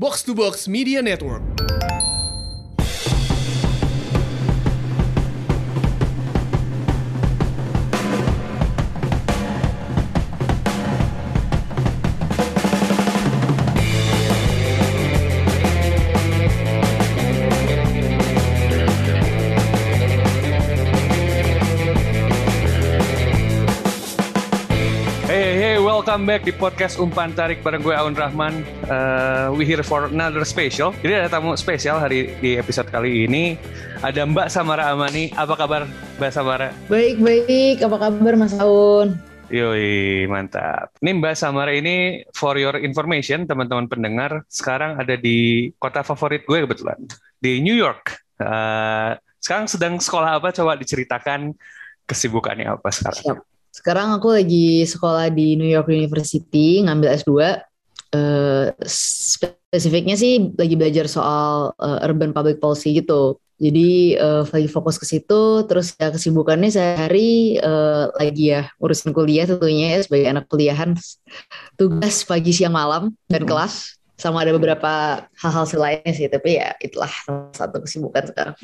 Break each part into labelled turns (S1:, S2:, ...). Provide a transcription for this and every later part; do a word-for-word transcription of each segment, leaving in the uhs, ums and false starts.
S1: Box to Box Media Network.
S2: Welcome back di podcast Umpan Tarik bareng gue Aun Rahman. uh, We here for another special. Jadi ada tamu spesial hari di episode kali ini. Ada Mbak Samara Amani. Apa kabar Mbak Samara?
S3: Baik-baik, apa kabar Mas Aun?
S2: Yoi, mantap. Ini Mbak Samara ini, for your information teman-teman pendengar, sekarang ada di kota favorit gue kebetulan, di New York. uh, Sekarang sedang sekolah apa? Coba diceritakan kesibukannya apa sekarang.
S3: Siap. Sekarang aku lagi sekolah di New York University, ngambil S dua. Uh, spesifiknya sih lagi belajar soal uh, urban public policy gitu. Jadi uh, lagi fokus ke situ. Terus ya kesibukannya sehari uh, lagi ya urusin kuliah tentunya ya sebagai anak kuliahan. Tugas pagi, siang, malam dan kelas. Sama ada beberapa hal-hal selainnya sih. Tapi ya itulah satu kesibukan sekarang.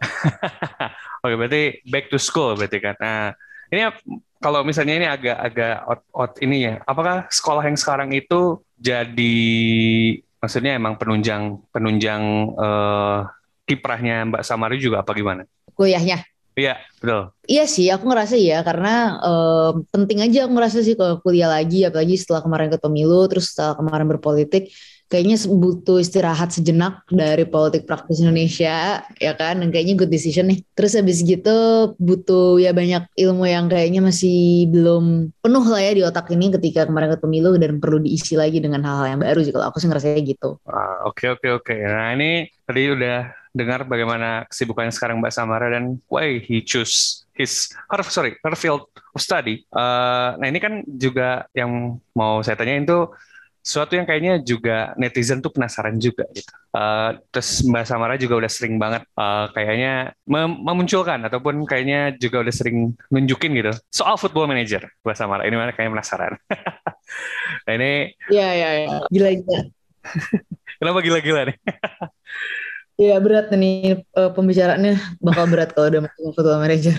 S2: Oke, berarti back to school berarti kan. Nah, ini kalau misalnya ini agak-agak out-out ini ya, apakah sekolah yang sekarang itu jadi, maksudnya emang penunjang penunjang uh, kiprahnya Mbak Samari juga apa gimana?
S3: Kuliahnya?
S2: Iya, betul.
S3: Iya sih, aku ngerasa ya, karena um, penting aja aku ngerasa sih kalau kuliah lagi, apalagi setelah kemarin ke pemilu, terus setelah kemarin berpolitik, kayaknya butuh istirahat sejenak dari politik praktis Indonesia, ya kan? Dan kayaknya good decision nih. Terus habis gitu butuh ya banyak ilmu yang kayaknya masih belum penuh lah ya di otak ini ketika kemarin ke pemilu dan perlu diisi lagi dengan hal-hal yang baru sih. Kalau aku sih ngerasanya gitu.
S2: Oke, oke, oke. Nah ini tadi udah dengar bagaimana kesibukannya sekarang Mbak Samara dan why he choose his her sorry her field of study. Uh, nah ini kan juga yang mau saya tanyain tuh sesuatu yang kayaknya juga netizen tuh penasaran juga gitu. Uh, terus Mbak Samara juga udah sering banget uh, kayaknya mem- memunculkan ataupun kayaknya juga udah sering nunjukin gitu soal Football Manager Mbak Samara. Ini mana kayaknya penasaran. Nah ini.
S3: Iya iya iya. Gila-gila.
S2: Kenapa gila-gila nih?
S3: Iya berat nih uh, pembicaraannya bakal berat kalau udah masuk Football Manager.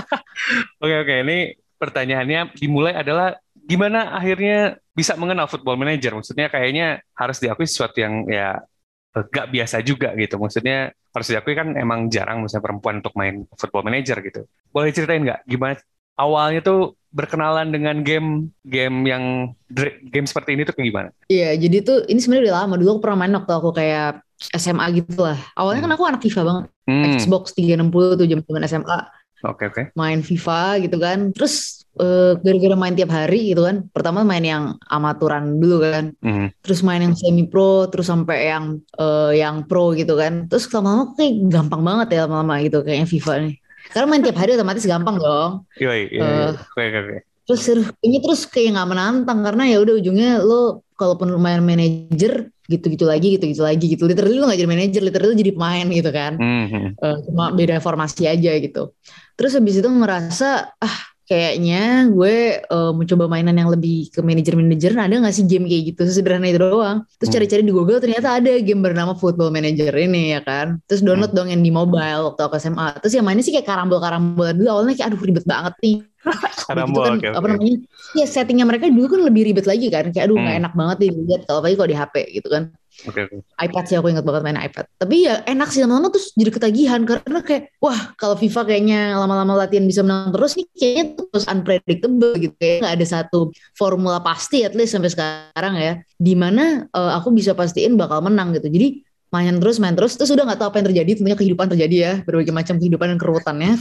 S2: Oke oke ini pertanyaannya dimulai adalah gimana akhirnya bisa mengenal Football Manager? Maksudnya kayaknya harus diakui sesuatu yang ya gak biasa juga gitu. Maksudnya harus diakui kan emang jarang misalnya perempuan untuk main Football Manager gitu. Boleh ceritain nggak gimana awalnya tuh berkenalan dengan game game yang game seperti ini tuh kayak gimana?
S3: Iya, jadi tuh ini sebenarnya udah lama. Dulu aku pernah main waktu aku kayak S M A gitu lah. Awalnya hmm. kan aku anak FIFA banget. Hmm. Xbox tiga enam nol tuh zaman S M A.
S2: Oke okay, oke. Okay.
S3: Main FIFA gitu kan. Terus uh, gara-gara main tiap hari gitu kan. Pertama main yang amaturan dulu kan. Hmm. Terus main yang semi pro, terus sampai yang uh, yang pro gitu kan. Terus lama-lama kayak gampang banget ya lama-lama gitu kayaknya FIFA nih. Karena main tiap hari otomatis gampang dong.
S2: Iya iya. Uh, oke oke.
S3: Terus ini terus kayak nggak menantang karena ya udah ujungnya lo kalaupun main manajer gitu-gitu lagi gitu-gitu lagi gitu. Literally lo nggak jadi manajer, literally jadi pemain gitu kan. Mm-hmm. Uh, cuma beda formasi aja gitu. Terus habis itu merasa ah kayaknya gue uh, mencoba mainan yang lebih ke manajer-manajer. Ada nggak sih game kayak gitu sesederhana itu doang. Terus hmm. cari-cari di Google ternyata ada game bernama Football Manager ini ya kan. Terus download hmm. dong yang di mobile waktu aku S M A. Terus yang mainnya sih kayak karambol-karambolan dulu. Awalnya kayak aduh ribet banget nih.
S2: Karambol
S3: kan,
S2: okay,
S3: apa
S2: okay.
S3: namanya? Ya settingnya mereka dulu kan lebih ribet lagi kan. Kayak aduh nggak hmm. enak banget dilihat kalau apalagi kalau di H P gitu kan.
S2: Okay, okay.
S3: iPad sih aku ingat banget main iPad. Tapi ya enak sih lama-lama terus jadi ketagihan karena kayak wah kalau FIFA kayaknya lama-lama latihan bisa menang terus nih kayaknya terus unpredictable gitu kayak nggak ada satu formula pasti at least sampai sekarang ya. Dimana uh, aku bisa pastiin bakal menang gitu. Jadi main terus main terus terus udah nggak tahu apa yang terjadi tentunya kehidupan terjadi ya berbagai macam kehidupan dan keruwetannya.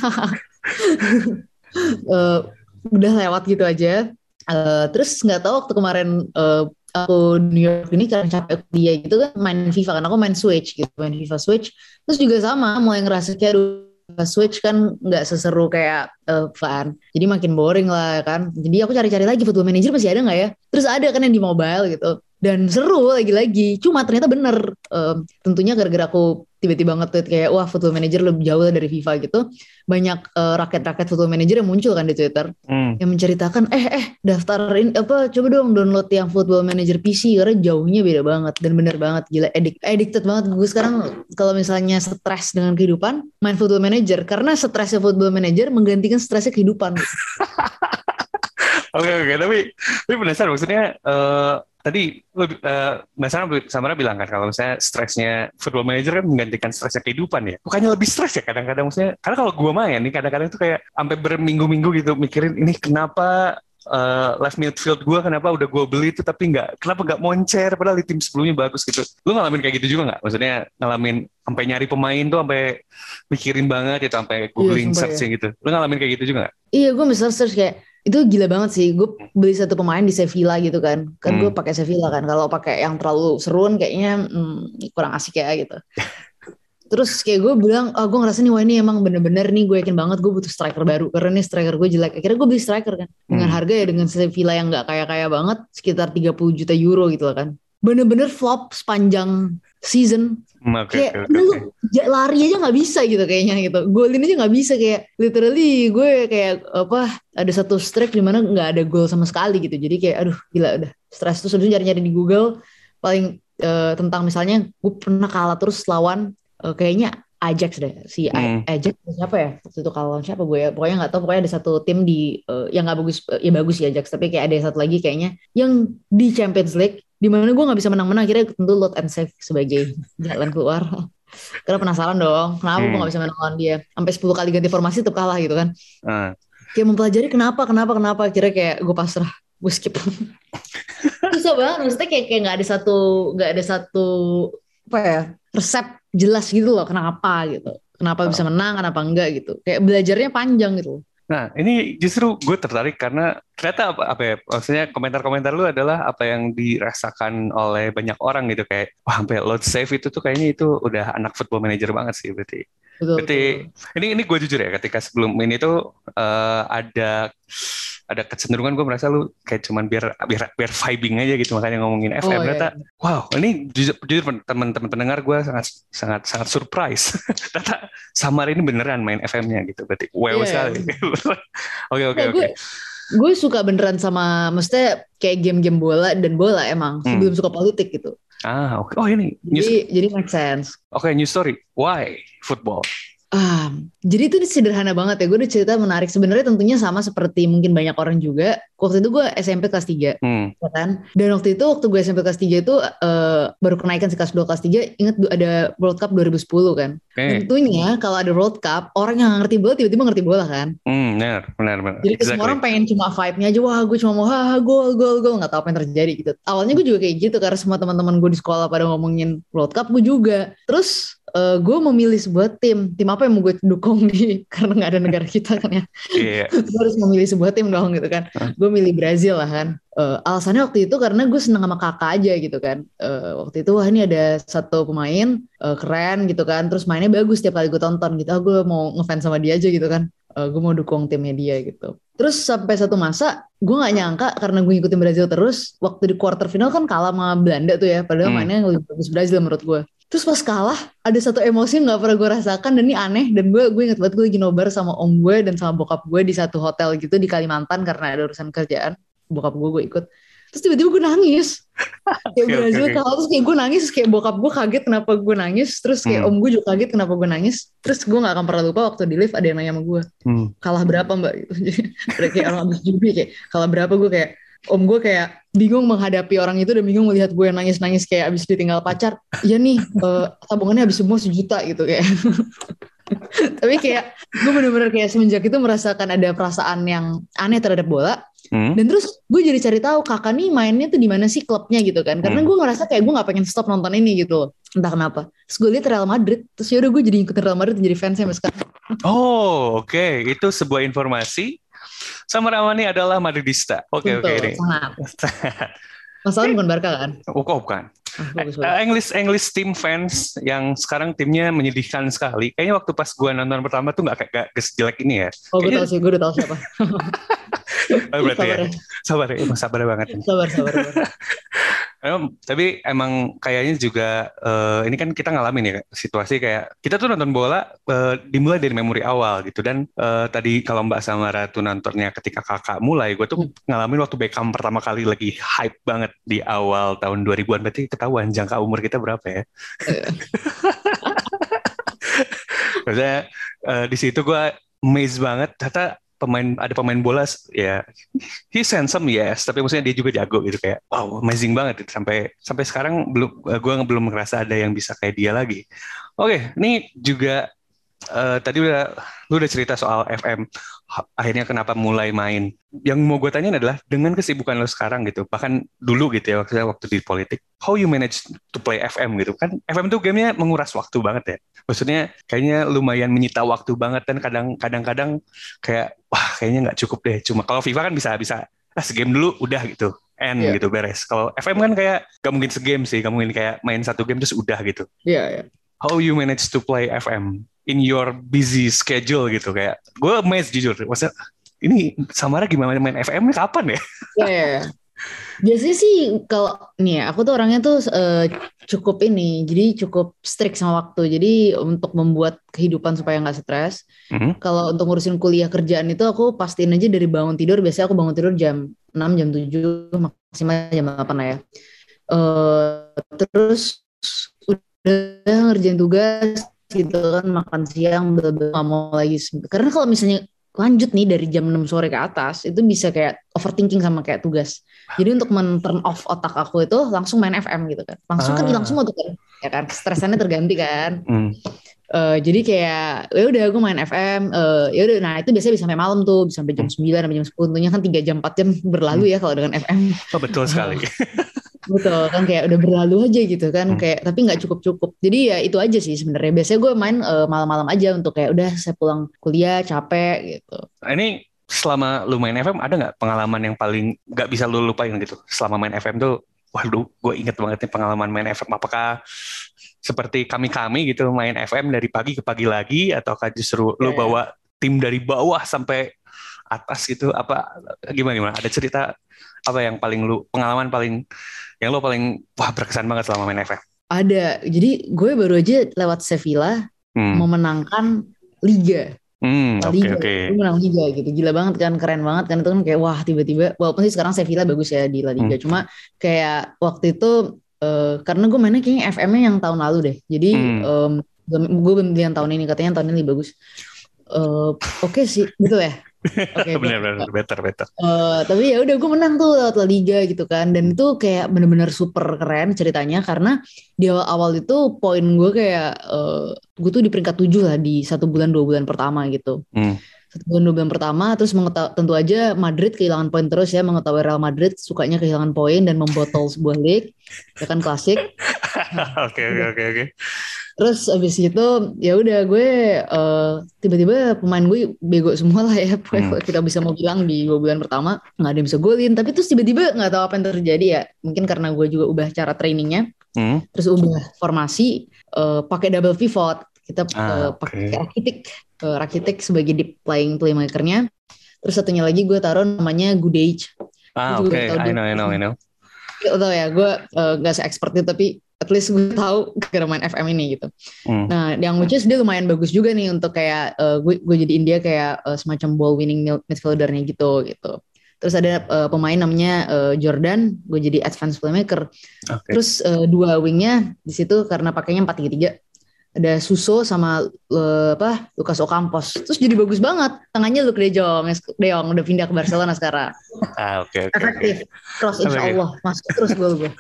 S3: uh, udah lewat gitu aja. Uh, terus nggak tahu waktu kemarin uh, aku New York ini karena capek kuliah gitu kan main FIFA kan aku main Switch gitu main FIFA Switch terus juga sama mulai ngerasa kayak aduh Switch kan nggak seseru kayak uh, fan jadi makin boring lah kan jadi aku cari-cari lagi Football Manager masih ada nggak ya terus ada kan yang di mobile gitu Dan seru lagi-lagi. Cuma ternyata bener. Um, tentunya gara-gara aku tiba-tiba nge-tweet kayak wah Football Manager lebih jauh dari FIFA gitu. Banyak uh, rakyat-rakyat Football Manager yang muncul kan di Twitter. Hmm. Yang menceritakan eh eh daftarin apa coba dong download yang Football Manager P C karena jauhnya beda banget dan bener banget gila addict, addicted banget gue sekarang kalau misalnya stres dengan kehidupan main Football Manager karena stresnya Football Manager menggantikan stresnya kehidupan.
S2: Oke oke tapi tapi penasaran maksudnya uh, tadi uh, Mbak Samara bilang kan kalau misalnya stresnya Football Manager kan menggantikan stresnya kehidupan ya. Bukannya lebih stres ya kadang-kadang maksudnya karena kalau gue main nih kadang-kadang tuh kayak sampai berminggu-minggu gitu mikirin ini kenapa uh, left midfield gue kenapa udah gue beli itu tapi nggak kenapa nggak moncer padahal di tim sebelumnya bagus gitu. Lu ngalamin kayak gitu juga nggak? Maksudnya ngalamin sampai nyari pemain tuh sampai mikirin banget gitu sampai googling iya, searching ya. Gitu. Lu ngalamin kayak gitu juga nggak?
S3: Iya gue misalnya search kayak itu gila banget sih. Gue beli satu pemain di Sevilla gitu kan. Kan hmm. gue pakai Sevilla kan. Kalau pakai yang terlalu seruan kayaknya hmm, kurang asik ya gitu. Terus kayak gue bilang, oh gue ngerasa nih wah ini emang bener-bener nih gue yakin banget gue butuh striker baru. Karena nih striker gue jelek. Akhirnya gue beli striker kan. Dengan hmm. harga ya dengan Sevilla yang gak kaya-kaya banget. Sekitar tiga puluh juta euro gitu kan. Bener-bener flop sepanjang season. Okay, kayak okay, okay. Lu lari aja nggak bisa gitu kayaknya gitu, golin aja nggak bisa kayak literally gue kayak apa ada satu streak di mana nggak ada gol sama sekali gitu, jadi kayak aduh gila udah stres tuh sebenarnya nyari-nyari di Google paling uh, tentang misalnya gue pernah kalah terus lawan uh, kayaknya Ajax deh si hmm. Ajax siapa ya waktu itu kalah siapa gue ya pokoknya nggak tahu pokoknya ada satu tim di uh, yang nggak bagus uh, ya bagus ya Ajax tapi kayak ada satu lagi kayaknya yang di Champions League di mana gue nggak bisa menang-menang akhirnya tentu load and save sebagai jalan keluar karena penasaran dong kenapa hmm. gue nggak bisa menang lawan dia sampai sepuluh kali ganti formasi tetap kalah gitu kan uh. kayak mempelajari kenapa kenapa kenapa akhirnya kayak gue pasrah gue skip susah banget maksudnya kayak kayak nggak ada satu nggak ada satu apa ya resep jelas gitu loh kenapa gitu kenapa bisa menang kenapa enggak gitu kayak belajarnya panjang gitu.
S2: Nah, ini justru gue tertarik karena ternyata apa, apa ya, maksudnya komentar-komentar lu adalah apa yang dirasakan oleh banyak orang gitu kayak, wah sampai load save itu tuh kayaknya itu udah anak Football Manager banget sih berarti. Betul, berarti betul. ini ini gue jujur ya ketika sebelum ini tuh uh, ada ada kecenderungan gue merasa lu kayak cuman biar biar biar vibing aja gitu makanya ngomongin F M. Oh, ternyata iya. Wow ini jujur, jujur teman-teman pendengar gue sangat sangat sangat surprise ternyata Samar ini beneran main F M-nya gitu berarti wow yeah. sekali. Oke oke oke.
S3: Gue suka beneran sama mestinya kayak game-game bola dan bola emang hmm. sebelum suka politik gitu.
S2: Ah oke okay. Oh ini
S3: jadi news... jadi make sense.
S2: Oke okay, news story why football.
S3: Ah, jadi itu sederhana banget ya. Gue udah cerita menarik. Sebenarnya tentunya sama seperti mungkin banyak orang juga. Waktu itu gue S M P kelas tiga. Hmm. Kan? Dan waktu itu waktu gue S M P kelas tiga itu uh, baru kenaikan kelas dua kelas tiga. Ingat ada World Cup dua ribu sepuluh kan. Okay. Tentunya kalau ada World Cup, orang yang ngerti bola tiba-tiba ngerti bola kan.
S2: Hmm, benar, benar, benar.
S3: Jadi exactly. Semua orang pengen cuma vibe-nya aja. Wah gue cuma mau ha gol, gol, gol. Gak tahu apa yang terjadi gitu. Awalnya gue juga kayak gitu. Karena semua teman-teman gue di sekolah pada ngomongin World Cup. Gue juga. Terus Uh, gue memilih sebuah tim tim apa yang mau gue dukung di karena nggak ada negara kita kan ya yeah. Gue harus memilih sebuah tim dong gitu kan huh? Gue milih Brazil lah kan uh, alasannya waktu itu karena gue seneng sama kakak aja gitu kan uh, waktu itu wah ini ada satu pemain uh, keren gitu kan terus mainnya bagus tiap kali gue tonton gitu ah gue mau ngefans sama dia aja gitu kan uh, gue mau dukung timnya dia gitu. Terus sampai satu masa gue nggak nyangka karena gue ngikutin Brazil terus waktu di quarter final kan kalah sama Belanda tuh ya padahal hmm. mainnya lebih bagus Brazil menurut gue. Terus pas kalah ada satu emosi yang nggak pernah gue rasakan dan ini aneh dan gue gue inget banget gue lagi nobar sama om gue dan sama bokap gue di satu hotel gitu di Kalimantan karena ada urusan kerjaan bokap gue gue ikut terus tiba-tiba gue nangis kayak okay, Brazil okay, kalah okay. Terus kayak gue nangis terus kayak bokap gue kaget kenapa gue nangis terus kayak hmm. om gue juga kaget kenapa gue nangis terus gue nggak akan pernah lupa waktu di lift ada yang nanya sama gue hmm. kalah berapa mbak gitu jadi kayak orang abis judi kayak kalah berapa gue kayak om gue kayak bingung menghadapi orang itu dan bingung melihat gue yang nangis-nangis kayak abis ditinggal pacar. Iya nih uh, tabungannya habis semua sejuta gitu kayak. Tapi kayak gue bener-bener kayak semenjak itu merasakan ada perasaan yang aneh terhadap bola. Hmm. Dan terus gue jadi cari tahu kakak nih mainnya tuh di mana sih klubnya gitu kan. Karena hmm. gue ngerasa kayak gue gak pengen stop nonton ini gitu. Entah kenapa. Terus gue liat Real Madrid. Terus yaudah gue jadi ngikutin Real Madrid jadi fansnya sampai sekarang.
S2: Oh oke okay. Itu sebuah informasi. Samar Amani adalah Madridista. Oke okay, oke okay, ini.
S3: Masalah bukan Barca kan?
S2: Oh kok bukan. Uh, English English team fans yang sekarang timnya menyedihkan sekali. Kayaknya waktu pas gue nonton pertama tuh nggak kayak sejelek ini ya.
S3: Oh gue tahu sih, gue udah tahu siapa.
S2: Oh, berarti sabar ya. Sabar ya, sabar banget.
S3: Sabar sabar. sabar.
S2: Emang, tapi emang kayaknya juga uh, ini kan kita ngalamin ya situasi kayak kita tuh nonton bola uh, dimulai dari memori awal gitu dan uh, tadi kalau Mbak Samara tuh nontonnya ketika kakak mulai, gue tuh ngalamin waktu Beckham pertama kali lagi hype banget di awal tahun dua ribuan, berarti ketahuan jangka umur kita berapa ya. Maksudnya uh, di situ gue amazed banget, ternyata pemain ada pemain bola ya, he's handsome yes, tapi maksudnya dia juga jago gitu, kayak wow amazing banget gitu. sampai sampai sekarang belum gue belum ngerasa ada yang bisa kayak dia lagi. Oke, ini juga uh, tadi udah lu udah cerita soal F M, akhirnya kenapa mulai main. Yang mau gue tanyain adalah dengan kesibukan lo sekarang gitu, bahkan dulu gitu ya waktu waktu di politik, how you manage to play F M gitu kan? F M tuh gamenya menguras waktu banget ya. Maksudnya kayaknya lumayan menyita waktu banget dan kadang kadang-kadang kayak wah kayaknya nggak cukup deh. Cuma kalau FIFA kan bisa bisa ah, segame dulu udah gitu, end yeah. gitu beres. Kalau F M kan kayak gak mungkin segame sih, gak mungkin kayak main satu game terus udah gitu.
S3: Iya. Yeah, yeah.
S2: How you manage to play F M in your busy schedule gitu, kayak gue amazed jujur. Maksudnya ini Samara gimana main F M kapan ya?
S3: Iya. Yeah, yeah. Biasanya sih kalau nih ya, aku tuh orangnya tuh uh, cukup ini, jadi cukup strict sama waktu. Jadi untuk membuat kehidupan supaya nggak stres. Mm-hmm. Kalau untuk ngurusin kuliah kerjaan itu aku pastiin aja dari bangun tidur. Biasanya aku bangun tidur jam enam, jam tujuh, maksimal jam delapan lah ya. Uh, terus udah ngerjain tugas gitu kan, makan siang, nggak mau lagi. Karena kalau misalnya lanjut nih dari jam enam sore ke atas, itu bisa kayak overthinking sama kayak tugas. Jadi untuk men-turn off otak aku itu langsung main F M gitu kan. Langsung ah. kan hilang semua tuh kan. Ya kan, stresannya terganti kan. Hmm. Uh, jadi kayak ya udah aku main F M, uh, ya udah nah itu biasanya bisa sampai malam tuh, bisa sampai jam sembilan sampai jam sepuluh. Tentunya kan tiga jam empat jam berlalu ya kalau dengan F M.
S2: Oh, betul sekali.
S3: Betul kan, kayak udah berlalu aja gitu kan, hmm. kayak tapi nggak cukup-cukup. Jadi ya itu aja sih sebenarnya. Biasanya gue main uh, malam-malam aja untuk kayak udah saya pulang kuliah capek gitu.
S2: Ini selama lu main F M ada nggak pengalaman yang paling nggak bisa lu lupain gitu selama main F M tuh? Waduh, gue inget banget nih pengalaman main F M. Apakah seperti kami-kami gitu main F M dari pagi ke pagi lagi, ataukah justru yeah. lu bawa tim dari bawah sampai atas gitu? Apa gimana gimana? Ada cerita apa yang paling lu pengalaman paling yang lo paling wah berkesan banget selama main F M?
S3: Ada. Jadi gue baru aja lewat Sevilla hmm. memenangkan Liga.
S2: Hmm, oke
S3: Liga.
S2: oke. Okay,
S3: okay. menang Liga gitu. Gila banget kan, keren banget kan, itu kan kayak wah tiba-tiba walaupun sih sekarang Sevilla bagus ya di La Liga, hmm. cuma kayak waktu itu uh, karena gue mainnya kayaknya F M-nya yang tahun lalu deh. Jadi hmm. um, gue belum beli yang tahun ini, katanya tahun ini lebih bagus. Uh, oke okay sih, betul ya.
S2: Okay, benar-benar better better.
S3: Uh, tapi ya udah gue menang tuh lewat La Liga gitu kan, dan itu kayak bener-bener super keren ceritanya karena di awal-awal itu poin gue kayak uh, gue tuh di peringkat tujuh lah di satu bulan dua bulan pertama gitu. Hmm. Satu bulan dua bulan pertama, terus mengetahui, tentu aja Madrid kehilangan poin terus ya, mengetahui Real Madrid sukanya kehilangan poin dan membotol sebuah league, ya kan klasik.
S2: Oke oke oke oke.
S3: Terus abis itu ya udah gue uh, tiba-tiba pemain gue bego semua lah ya, hmm. kita bisa mau bilang di dua bulan pertama nggak ada yang bisa golin. Tapi terus tiba-tiba nggak tahu apa yang terjadi ya, mungkin karena gue juga ubah cara trainingnya, hmm. terus ubah formasi, uh, pakai double pivot, kita ah, uh, pakai okay. Rakitic, uh, Rakitic sebagai deep playing playmakernya. Terus satunya lagi gue taruh namanya Gudaic.
S2: Ah oke, okay. I know I know I know.
S3: Gak tau ya, gue uh, gak se-expert itu, tapi at least gue tahu gara main F M ini gitu. Hmm. Nah, yang which is dia lumayan bagus juga nih untuk kayak uh, gue gue jadiin dia kayak uh, semacam ball winning midfieldernya gitu gitu. Terus ada uh, pemain namanya uh, Jordan, gue jadi advance playmaker. Okay. Terus uh, dua wingnya di situ karena pakainya empat tiga tiga. Ada Suso sama uh, apa Lucas Ocampos. Terus jadi bagus banget. Tengahnya Luke De Jong, De Jong udah pindah ke Barcelona sekarang.
S2: Ah oke okay, oke. Okay,
S3: Efektif. Okay. Cross insyaallah masuk terus gol gue.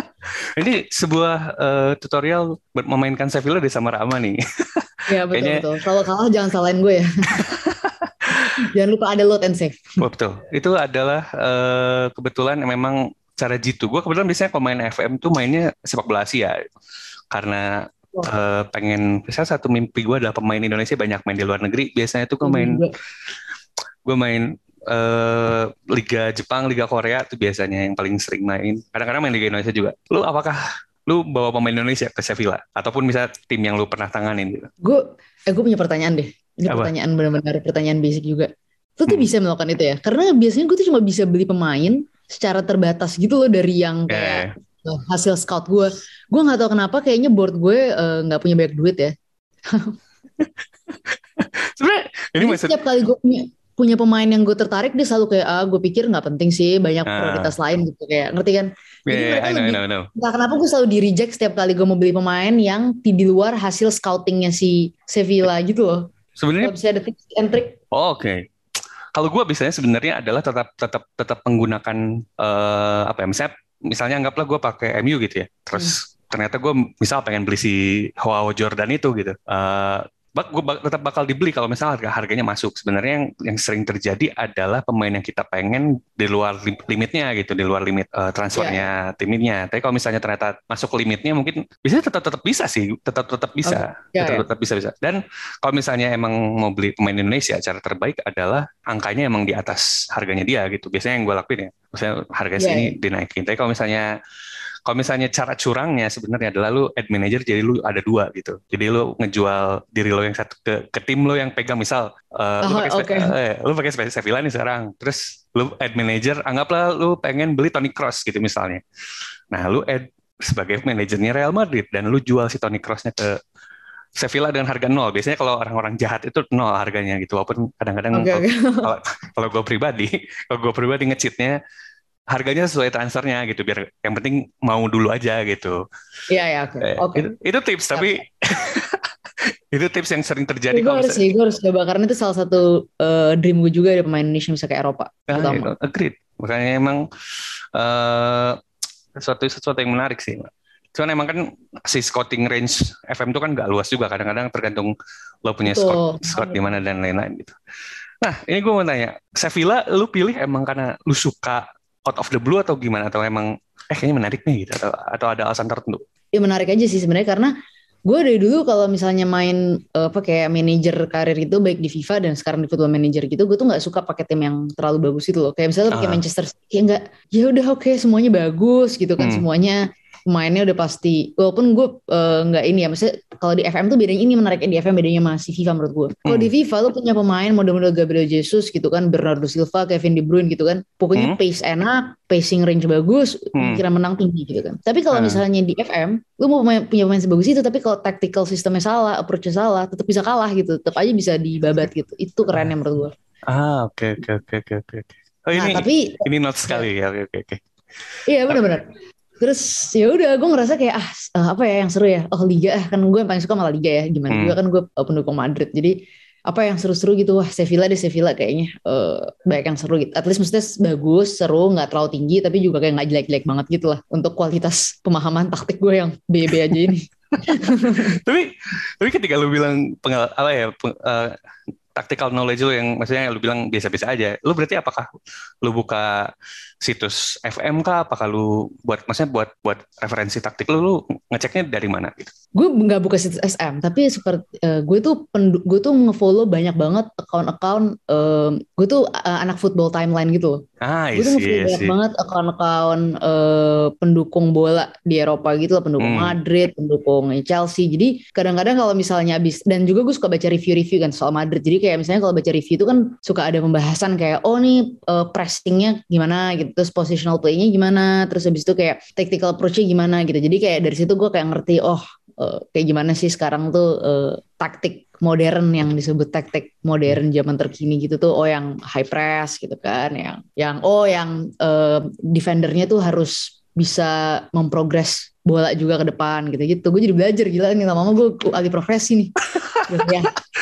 S2: Ini sebuah uh, tutorial memainkan Sevilla di Samara Ama nih.
S3: Iya betul Kayaknya... betul. Kalau kalah jangan salahin gue ya. Jangan lupa ada load and save.
S2: Oh, betul. Itu adalah uh, kebetulan memang cara jitu. Gue kebetulan biasanya kalau main F M tuh mainnya sepak bola Asia. Karena Uh, pengen, misalnya satu mimpi gue adalah pemain Indonesia banyak main di luar negeri. Biasanya tuh gue main, gue main uh, Liga Jepang, Liga Korea tuh biasanya yang paling sering main. Kadang-kadang main Liga Indonesia juga. Lu apakah lu bawa pemain Indonesia ke Sevilla ataupun misalnya tim yang lu pernah tanganin gitu?
S3: Gue, eh gue punya pertanyaan deh. Ini Apa? pertanyaan benar-benar pertanyaan basic juga. Lu tuh hmm. bisa melakukan itu ya? Karena biasanya gue tuh cuma bisa beli pemain secara terbatas gitu loh, dari yang kayak. Yeah. hasil scout gue. Gue nggak tahu kenapa kayaknya board gue nggak uh, punya banyak duit ya.
S2: Sebenarnya ini maksud...
S3: setiap kali gue punya punya pemain yang gue tertarik, dia selalu kayak ah gue pikir nggak penting sih, banyak prioritas uh, lain gitu, kayak ngerti kan? Jadi
S2: yeah,
S3: mereka
S2: I know,
S3: lebih,
S2: I know, I know.
S3: Nah, kenapa gue selalu di reject setiap kali gue mau beli pemain yang di, di luar hasil scoutingnya si Sevilla gitu loh.
S2: Sebenarnya
S3: bisa ada tips and trick.
S2: Oh, oke. Okay. Kalau gue biasanya sebenarnya adalah tetap tetap tetap menggunakan uh, apa ya? Misalnya misalnya anggaplah gue pakai M U gitu ya. Terus hmm. ternyata gue misal pengen beli si Joao Jordan itu gitu. Uh, bak gue bak, tetap bakal dibeli kalau misalnya harga harganya masuk. Sebenarnya yang yang sering terjadi adalah pemain yang kita pengen di luar lim, limitnya gitu, di luar limit uh, transfernya yeah. timnya. Tapi kalau misalnya ternyata masuk limitnya, mungkin bisa tetap tetap bisa sih, tetap tetap bisa, okay. yeah, tetap yeah. tetap bisa bisa. Dan kalau misalnya emang mau beli pemain Indonesia, cara terbaik adalah angkanya emang di atas harganya dia gitu. Biasanya yang gue lakuin ya, misalnya harga yeah. sini dinaikin. Tapi kalau misalnya Kalau misalnya cara curangnya sebenarnya adalah lu ad manager, jadi lu ada dua gitu. Jadi lu ngejual diri lo yang satu ke, ke tim lo yang pegang, misal uh, oh, lu pakai okay. eh, lu pakai Sevilla nih sekarang. Terus lu ad manager, anggaplah lu pengen beli Toni Kroos gitu misalnya. Nah, lu ad sebagai manajernya Real Madrid dan lu jual si Toni Kroosnya ke Sevilla dengan harga nol. Biasanya kalau orang-orang jahat itu nol harganya gitu. Walaupun kadang-kadang okay, okay. kalau kalau gue pribadi, kalau gue pribadi nge-cheatnya harganya sesuai transfernya gitu, biar yang penting mau dulu aja gitu.
S3: Iya ya, oke. Okay. Okay.
S2: Itu, itu tips, tapi itu tips yang sering terjadi.
S3: Gue harus sih, gue harus coba karena itu salah satu uh, dream gue juga ada pemain Indonesia bisa ke Eropa.
S2: Nah, itu, agreed. Makanya emang uh, sesuatu sesuatu yang menarik sih. Cuman emang kan si scouting range F M itu kan nggak luas juga. Kadang-kadang tergantung lo punya scout, scout di mana dan lain-lain gitu. Nah, ini gue mau tanya, Sevilla lu pilih emang karena lu suka out of the blue atau gimana, atau emang eh kayaknya menarik nih gitu, atau atau ada alasan tertentu?
S3: Ya menarik aja sih sebenarnya, karena gue dari dulu kalau misalnya main apa kayak manajer karir itu baik di FIFA dan sekarang di Football Manager gitu, gue tuh nggak suka pakai tim yang terlalu bagus itu loh. Kayak misalnya pakai uh. Manchester City, ya nggak, ya udah oke okay, semuanya bagus gitu kan, hmm. semuanya pemainnya udah pasti. Walaupun gue nggak uh, ini ya, maksudnya kalau di F M tuh bedanya, ini menariknya di F M bedanya masih FIFA menurut gue. Kalau hmm. di FIFA lo punya pemain model-model Gabriel Jesus gitu kan, Bernardo Silva, Kevin De Bruyne gitu kan, pokoknya hmm. pace enak, passing range bagus, hmm. kira menang tinggi gitu kan. Tapi kalau hmm. misalnya di F M, lo mau pemain, punya pemain sebagus itu, tapi kalau tactical sistemnya salah, approach-nya salah, tetap bisa kalah gitu, tetap aja bisa dibabat gitu. Itu kerennya menurut gue.
S2: Ah oke oke oke oke oke. Oh
S3: nah,
S2: ini
S3: tapi,
S2: ini not sekali ya, oke oke oke.
S3: Iya benar-benar. Terus ya udah gue ngerasa kayak ah apa ya yang seru ya, oh Liga ah, kan gue yang paling suka malah Liga ya, gimana hmm. juga kan gue pendukung Madrid, jadi apa yang seru-seru gitu, wah Sevilla deh, Sevilla kayaknya uh, banyak yang seru gitu, at least maksudnya bagus, seru, nggak terlalu tinggi tapi juga kayak nggak jelek-jelek banget gitu lah untuk kualitas pemahaman taktik gue yang B B aja ini.
S2: tapi tapi ketika lu bilang pengal apa ya peng, uh, tactical knowledge lu yang maksudnya lu bilang biasa-biasa aja, lu berarti apakah lu buka situs F M kah? Apakah lu buat maksudnya buat buat referensi taktik lu, lu ngeceknya dari mana gitu?
S3: Gue nggak buka situs S M, tapi seperti uh, gue tuh pendu- gue tuh ngefollow banyak banget account-account, uh, gue tuh uh, anak football timeline gitu loh.
S2: Ah,
S3: gue tuh ngefollow banyak banget account-account uh, pendukung bola di Eropa gitu loh, pendukung hmm. Madrid, pendukung Chelsea. Jadi kadang-kadang kalau misalnya abis, dan juga gue suka baca review-review kan soal Madrid. Jadi kayak misalnya kalau baca review itu kan suka ada pembahasan kayak oh nih uh, pressingnya gimana gitu, terus positional play-nya gimana, terus habis itu kayak tactical approach-nya gimana gitu. Jadi kayak dari situ gue kayak ngerti oh uh, kayak gimana sih sekarang tuh uh, taktik modern yang disebut taktik modern zaman terkini gitu tuh, oh yang high press gitu kan, yang yang oh yang uh, defendernya tuh harus bisa memprogres bola juga ke depan gitu-gitu. Gue jadi belajar, gila nih lama-lama gue lagi profesi nih. Ya.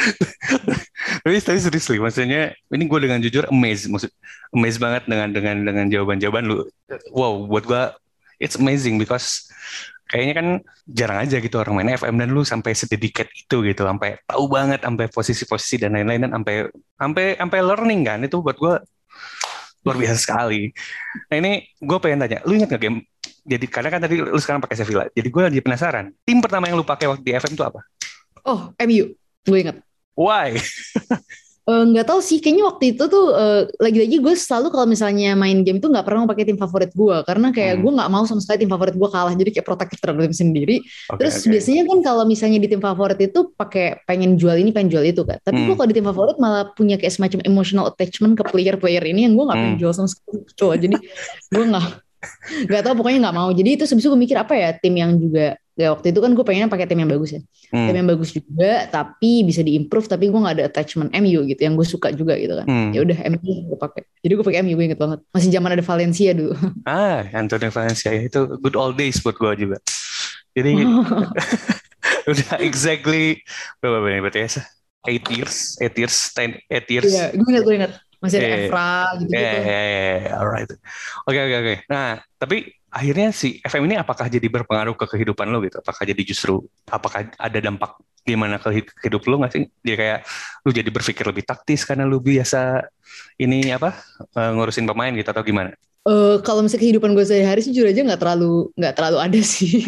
S2: Tapi tapi seriously, maksudnya ini gue dengan jujur amazed, maksud amazed banget dengan dengan dengan jawaban-jawaban lu. Wow, buat gue it's amazing because kayaknya kan jarang aja gitu orang main F M, dan lu sampai sededikat itu gitu, sampai tahu banget sampai posisi-posisi dan lain-lain, dan sampai sampai sampai learning kan, itu buat gue luar biasa sekali. Nah ini gue pengen tanya, lu ingat nggak game? Jadi karena kan tadi lu sekarang pakai Sevilla, jadi gue jadi penasaran. Tim pertama yang lu pakai waktu di F M itu apa?
S3: Oh, M U, gue ingat.
S2: Why?
S3: Nggak uh, tahu sih, kayaknya waktu itu tuh uh, lagi-lagi gue selalu kalau misalnya main game tuh nggak pernah pakai tim favorit gue, karena kayak hmm. gue nggak mau sama sekali tim favorit gue kalah, jadi kayak protektif terhadap tim sendiri. Okay, terus okay. biasanya kan kalau misalnya di tim favorit itu pakai pengen jual ini pengen jual itu kan, tapi hmm. gue kalau di tim favorit malah punya kayak semacam emotional attachment ke player-player ini yang gue nggak pengen hmm. jual sama sekali. Coba jadi gue nggak Gak tau pokoknya nggak mau. Jadi itu sebisa gue mikir apa ya tim yang juga ya waktu itu kan gue pengen pakai tim yang bagus ya. Hmm. Tim yang bagus juga tapi bisa diimprove tapi gue nggak ada attachment M U gitu yang gue suka juga gitu kan. Hmm. Ya udah M U gue pakai. Jadi gue pakai M U gue inget banget. Masih zaman ada Valencia dulu.
S2: Ah, Antonio Valencia itu good old days buat gue juga. Jadi udah exactly berapa banyak berarti ya? eight years, eight years, ten, eight years.
S3: Iya, gue ingat gue ingat. Masih ada yeah. Evra gitu-gitu.
S2: Iya, iya, iya, alright. Oke, oke, oke. Nah, tapi akhirnya si F M ini apakah jadi berpengaruh ke kehidupan lo gitu? Apakah jadi justru, apakah ada dampak gimana ke hidup lo nggak sih? Dia kayak, lo jadi berpikir lebih taktis karena lo biasa ini apa, ngurusin pemain gitu atau gimana?
S3: Uh, kalau misalnya kehidupan gue sehari-hari sih jujur aja nggak terlalu nggak terlalu ada sih.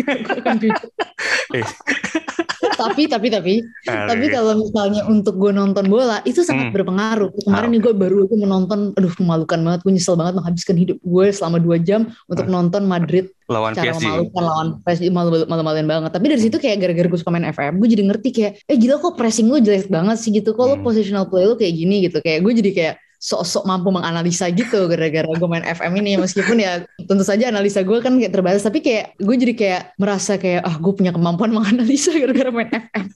S3: tapi tapi tapi ah, tapi okay. Kalau misalnya untuk gue nonton bola itu sangat hmm. berpengaruh. Kemarin oh. nih gue baru itu menonton, aduh memalukan banget, gue nyesel banget menghabiskan hidup gue selama dua jam untuk ah. nonton Madrid
S2: lawan
S3: cara
S2: P S G.
S3: memalukan lawan P S G, malu-maluin banget. Tapi dari situ kayak gara-gara gue suka main F M, gue jadi ngerti kayak, eh gila kok pressing lu jelek banget sih gitu, kok hmm. lu positional play lu kayak gini gitu. Kayak gue jadi kayak sok-sok mampu menganalisa gitu gara-gara gue main F M ini, meskipun ya tentu saja analisa gue kan kayak terbatas, tapi kayak gue jadi kayak merasa kayak ah gue punya kemampuan menganalisa gara-gara main F M.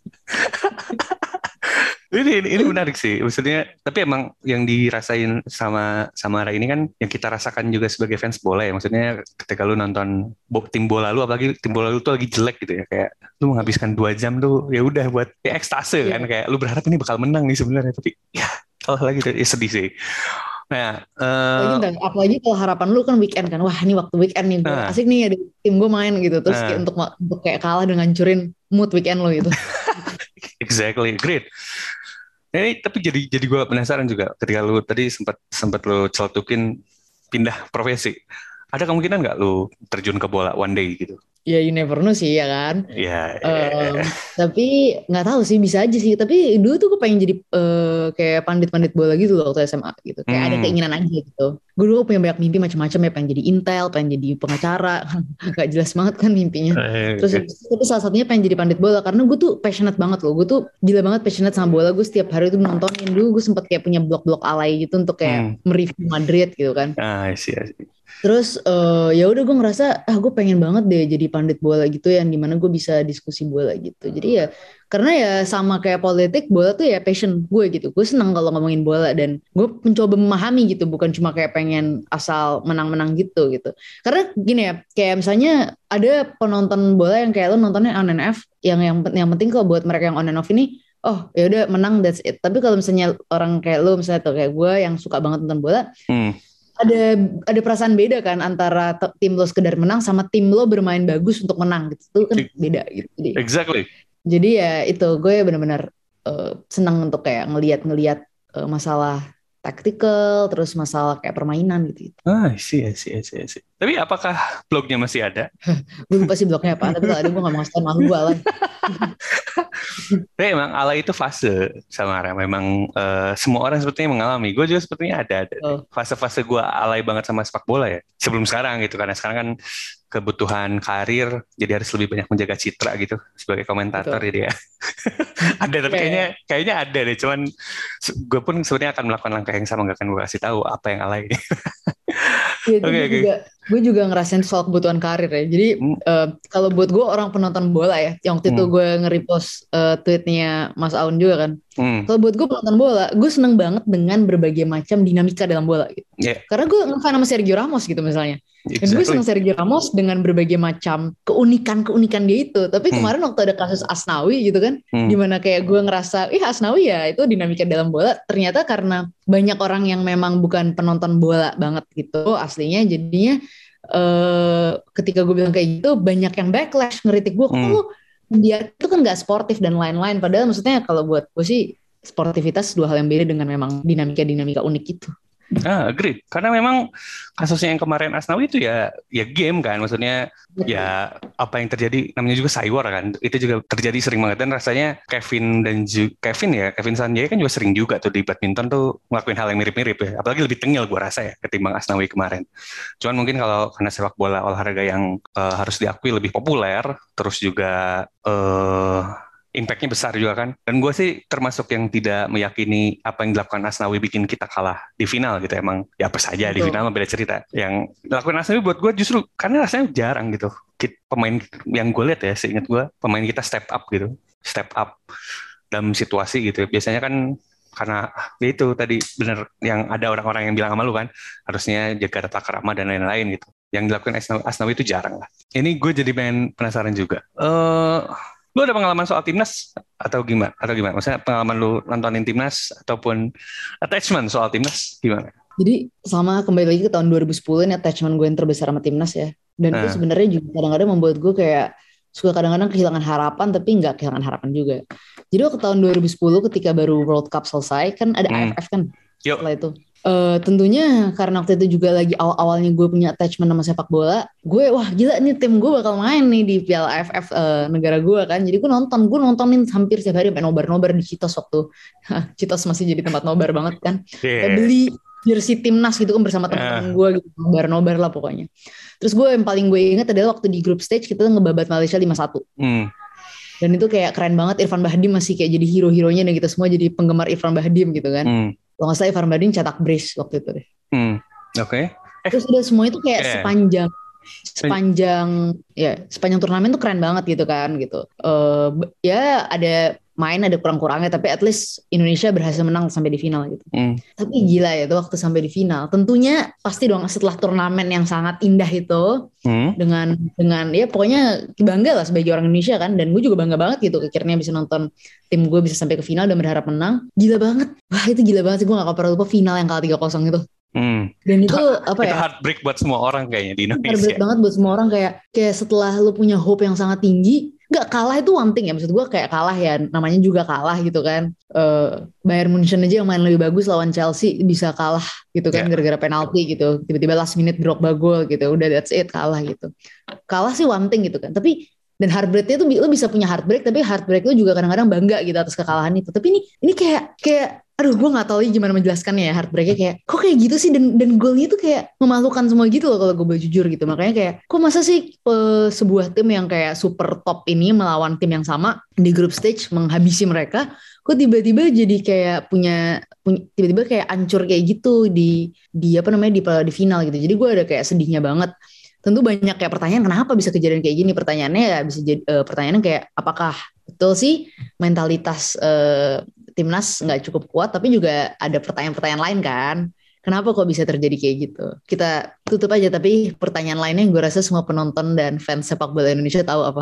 S2: ini, ini ini menarik sih maksudnya, tapi emang yang dirasain sama Samara ini kan yang kita rasakan juga sebagai fans bola ya, maksudnya ketika lu nonton tim bola lu, apalagi tim bola lu tuh lagi jelek gitu ya, kayak lu menghabiskan dua jam tuh ya udah buat ya ekstase yeah. kan, kayak lu berharap ini bakal menang nih sebenarnya, tapi ya kalau lagi ya sedih sih. Nah, uh,
S3: apalagi, apalagi kalau harapan lu kan weekend kan, wah ini waktu weekend nih, uh, asik nih ada tim gue main gitu, terus uh, kayak untuk untuk kayak kalah dengan ngancurin mood weekend lo gitu.
S2: Exactly, great. Ini tapi jadi jadi gue penasaran juga ketika lu tadi sempat sempat lu celotukin pindah profesi, ada kemungkinan nggak lu terjun ke bola one day gitu?
S3: Ya you never know sih ya kan.
S2: Iya. Yeah.
S3: Um, tapi nggak tahu sih, bisa aja sih. Tapi dulu tuh gue pengen jadi uh, kayak pandit-pandit bola gitu loh waktu S M A gitu. Kayak hmm. ada keinginan aja gitu. Gue dulu punya banyak mimpi macam-macam ya, pengen jadi intel, pengen jadi pengacara. Gak jelas banget kan mimpinya. Terus tapi salah satunya pengen jadi pandit bola karena gue tuh passionate banget loh. Gue tuh gila banget passionate sama bola. Gue setiap hari tuh nontonin. Dulu gue sempet kayak punya blog-blog alay gitu untuk kayak hmm. mereview Madrid gitu kan.
S2: Ah, I see, I see.
S3: Terus uh, ya udah gue ngerasa ah gue pengen banget deh jadi pandit bola gitu yang dimana gue bisa diskusi bola gitu. Jadi ya karena ya sama kayak politik, bola tuh ya passion gue gitu. Gue senang kalau ngomongin bola dan gue mencoba memahami gitu, bukan cuma kayak pengen asal menang-menang gitu gitu. Karena gini ya, kayak misalnya ada penonton bola yang kayak lo nontonnya on and off, yang yang yang penting kalau buat mereka yang on and off ini, oh ya udah menang that's it. Tapi kalau misalnya orang kayak lo misalnya tuh kayak gue yang suka banget nonton bola, hmm. ada ada perasaan beda kan antara tim lo sekedar menang sama tim lo bermain bagus untuk menang gitu. Itu kan beda gitu. Jadi,
S2: exactly.
S3: Jadi ya itu gue benar-benar uh, senang untuk kayak ngelihat-ngelihat uh, masalah taktikal, terus masalah kayak permainan gitu.
S2: Ah, sih, sih, sih, sih. Tapi apakah blognya masih ada?
S3: Gue lupa sih blognya apa, tapi kalau ada gue nggak mau ngasih malu gue lah.
S2: Tapi emang alay itu fase Samara. Memang uh, semua orang sepertinya mengalami. Gue juga sepertinya ada, ada. Oh. Fase-fase gue alay banget sama sepak bola ya. Sebelum sekarang gitu, karena sekarang kan kebutuhan karir, jadi harus lebih banyak menjaga citra gitu sebagai komentator. Betul. Jadi ya ada, tapi kayaknya kayaknya ada deh. Cuman gue pun sebenarnya akan melakukan langkah yang sama, nggak akan gue kasih tahu apa yang alay ini.
S3: Ya, okay, gue okay. juga gue juga ngerasain soal kebutuhan karir ya. Jadi hmm. uh, kalau buat gue orang penonton bola ya, yang waktu hmm. itu gue nge-repost uh, tweetnya Mas Aun juga kan. Hmm. Kalau buat gue penonton bola, gue seneng banget dengan berbagai macam dinamika dalam bola gitu. Yeah. Karena gue ngefan sama Sergio Ramos gitu misalnya. Exactly. Dan gue seneng Sergio Ramos dengan berbagai macam keunikan-keunikan dia itu. Tapi hmm. kemarin waktu ada kasus Asnawi gitu kan, hmm. dimana kayak gue ngerasa, ih Asnawi ya itu dinamika dalam bola. Ternyata karena banyak orang yang memang bukan penonton bola banget gitu aslinya, jadinya uh, ketika gue bilang kayak gitu banyak yang backlash ngeritik gue, kok hmm. lu dia itu kan gak sportif dan lain-lain. Padahal maksudnya kalau buat gue sih sportivitas dua hal yang beda dengan memang dinamika-dinamika unik itu.
S2: Ah, agreed. Karena memang kasusnya yang kemarin Asnawi itu ya ya game kan, maksudnya ya apa yang terjadi namanya juga cyber kan, itu juga terjadi sering banget. Dan rasanya Kevin dan Ju, Kevin ya Kevin Sanjaya kan juga sering juga tuh di badminton tuh ngelakuin hal yang mirip-mirip ya, apalagi lebih tengil gue rasa ya ketimbang Asnawi kemarin. Cuman mungkin kalau karena sepak bola olahraga yang uh, harus diakui lebih populer, terus juga uh, impact-nya besar juga kan. Dan gue sih termasuk yang tidak meyakini apa yang dilakukan Asnawi bikin kita kalah di final gitu. Emang ya apa saja di
S3: Betul.
S2: final mah beda cerita. Yang dilakukan Asnawi buat gue justru karena rasanya jarang gitu. Kit- Pemain yang gue lihat ya, seingat gue pemain kita step up gitu, step up dalam situasi gitu. Biasanya kan karena ya itu tadi bener yang ada orang-orang yang bilang sama lu kan, harusnya jaga tata krama dan lain-lain gitu. Yang dilakukan Asnawi, Asnawi itu jarang lah. Ini gue jadi main penasaran juga. Eh, lu ada pengalaman soal timnas atau gimana? Atau gimana? Maksudnya pengalaman lu nontonin timnas ataupun attachment soal timnas gimana?
S3: Jadi sama kembali lagi ke tahun dua ribu sepuluh ini attachment gue yang terbesar sama timnas ya. Dan itu
S2: Nah,
S3: sebenarnya juga kadang-kadang membuat gue kayak suka kadang-kadang kehilangan harapan tapi nggak kehilangan harapan juga. Jadi waktu tahun dua ribu sepuluh ketika baru World Cup selesai kan ada
S2: hmm.
S3: A F F kan
S2: Yuk.
S3: setelah itu. Uh, tentunya karena waktu itu juga lagi awal-awalnya gue punya attachment sama sepak bola, gue wah gila nih tim gue bakal main nih di Piala A F F uh, negara gue kan. Jadi gue nonton, gue nontonin hampir setiap hari, sampai nobar-nobar di Citos waktu Citos masih jadi tempat nobar banget kan.
S2: Yeah.
S3: Kayak beli jersey timnas gitu kan bersama teman-teman
S2: Uh.
S3: gue gitu, nobar-nobar lah pokoknya. Terus gue yang paling gue ingat adalah waktu di group stage kita ngebabat Malaysia lima satu.
S2: Hmm.
S3: Dan itu kayak keren banget, Irfan Bahdim masih kayak jadi hero-heronya dan kita semua jadi penggemar Irfan Bahdim gitu kan.
S2: Hmm.
S3: Kalau nggak salah Irfan Bahdim cetak brace waktu itu deh.
S2: Hmm. Oke. Okay.
S3: Terus udah semua itu kayak
S2: Yeah.
S3: sepanjang sepanjang ya sepanjang turnamen tuh keren banget gitu kan gitu. Uh, ya ada main ada kurang-kurangnya tapi at least Indonesia berhasil menang sampai di final gitu.
S2: Hmm.
S3: Tapi gila ya tuh waktu sampai di final. Tentunya pasti dong setelah turnamen yang sangat indah itu hmm. dengan dengan ya pokoknya bangga lah sebagai orang Indonesia kan, dan gue juga bangga banget gitu akhirnya bisa nonton tim gue bisa sampai ke final dan berharap menang. Gila banget. Wah, itu gila banget sih, gue gak pernah lupa final yang kalah tiga kosong itu.
S2: Hmm.
S3: Dan itu apa
S2: itu
S3: ya?
S2: Heartbreak buat semua orang kayaknya di Indonesia.
S3: Heartbreak banget buat semua orang, kayak kayak setelah lu punya hope yang sangat tinggi, nggak kalah itu one thing ya, maksud gue kayak kalah ya namanya juga kalah gitu kan. Uh, Bayern Munchen aja yang main lebih bagus lawan Chelsea bisa kalah gitu kan, yeah. gara-gara penalti gitu, tiba-tiba last minute Drogba gol gitu, udah that's it, kalah gitu. Kalah sih one thing gitu kan, tapi dan heartbreaknya tuh lu bisa punya heartbreak tapi heartbreak lu juga kadang-kadang bangga gitu atas kekalahan itu. Tapi ini ini kayak kayak aduh gue nggak tahu gimana menjelaskannya ya, heartbreaknya kayak kok kayak gitu sih, dan dan golnya tuh kayak memalukan semua gitu loh kalau gue boleh jujur gitu. Makanya kayak kok masa sih uh, sebuah tim yang kayak super top ini melawan tim yang sama di group stage menghabisi mereka, kok tiba-tiba jadi kayak punya, punya tiba-tiba kayak hancur kayak gitu di di apa namanya di di final gitu. Jadi gue ada kayak sedihnya banget. Tentu banyak kayak pertanyaan kenapa bisa kejadian kayak gini. Pertanyaannya ya bisa jadi uh, pertanyaannya kayak apakah betul sih mentalitas uh, timnas nggak cukup kuat, tapi juga ada pertanyaan-pertanyaan lain kan. Kenapa kok bisa terjadi kayak gitu? Kita tutup aja, tapi pertanyaan lainnya yang gue rasa semua penonton dan fans sepak bola Indonesia tahu apa.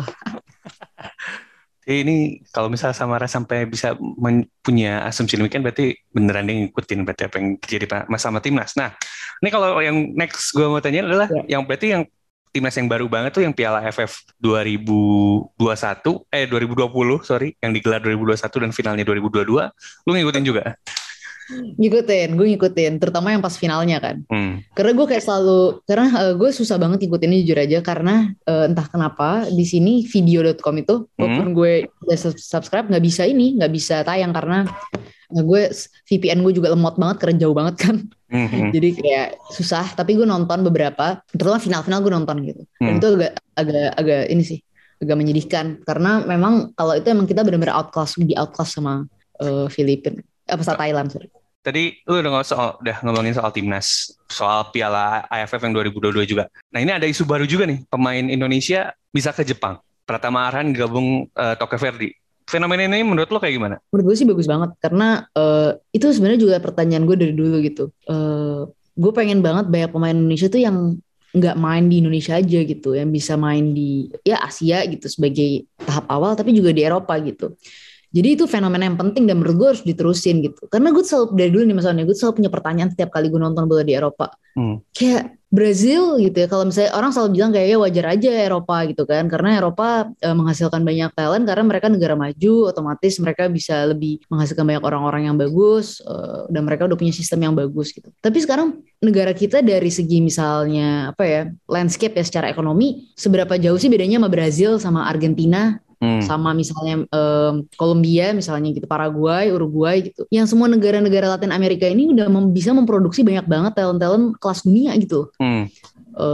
S2: Ini kalau misalnya Samara sampai bisa men- punya asumsi demikian berarti beneran dia ngikutin berarti apa yang terjadi sama timnas. Nah, ini kalau yang next gue mau tanya adalah ya. yang berarti yang timnas yang baru banget tuh yang Piala A F F dua ribu dua puluh satu eh dua ribu dua puluh sorry yang digelar dua ribu dua puluh satu dan finalnya dua ribu dua puluh dua, lu ngikutin juga?
S3: Ngikutin, gue ngikutin, terutama yang pas finalnya kan.
S2: Hmm.
S3: Karena gue kayak selalu, karena uh, gue susah banget ngikutinnya jujur aja, karena uh, entah kenapa di sini video dot com itu, walaupun hmm. gue udah subscribe nggak bisa ini, nggak bisa tayang karena uh, gue V P N gue juga lemot banget karena jauh banget kan. Hmm. Jadi kayak susah. Tapi gue nonton beberapa, terutama final-final gue nonton gitu. Dan hmm. itu agak agak agak ini sih, agak menyedihkan karena memang kalau itu emang kita benar-benar outclass, di outclass sama uh, Filipina. Apa uh, Thailand sorry.
S2: Tadi lu udah, soal, udah ngomongin soal timnas, soal Piala A F F yang dua ribu dua puluh dua juga. Nah ini ada isu baru juga nih, pemain Indonesia bisa ke Jepang. Pratama Arhan gabung uh, Toke Verdi. Fenomena ini menurut lo kayak gimana?
S3: Menurut gue sih bagus banget, karena uh, itu sebenarnya juga pertanyaan gue dari dulu gitu. Uh, gue pengen banget banyak pemain Indonesia tuh yang nggak main di Indonesia aja gitu, yang bisa main di ya Asia gitu sebagai tahap awal, tapi juga di Eropa gitu. Jadi itu fenomena yang penting dan menurut gue harus diterusin gitu. Karena gue selalu dari dulu nih masalahnya, gue selalu punya pertanyaan setiap kali gue nonton bola di Eropa. Hmm. Kayak Brazil gitu ya, kalau misalnya orang selalu bilang kayak ya wajar aja Eropa gitu kan. Karena Eropa e, menghasilkan banyak talent karena mereka negara maju, otomatis mereka bisa lebih menghasilkan banyak orang-orang yang bagus e, dan mereka udah punya sistem yang bagus gitu. Tapi sekarang negara kita dari segi misalnya apa ya, landscape ya secara ekonomi, seberapa jauh sih bedanya sama Brazil sama Argentina? Hmm. Sama misalnya um, Kolombia misalnya gitu, Paraguay, Uruguay gitu, yang semua negara-negara Latin Amerika ini udah mem- bisa memproduksi banyak banget talent-talent kelas dunia gitu. Hmm. Uh,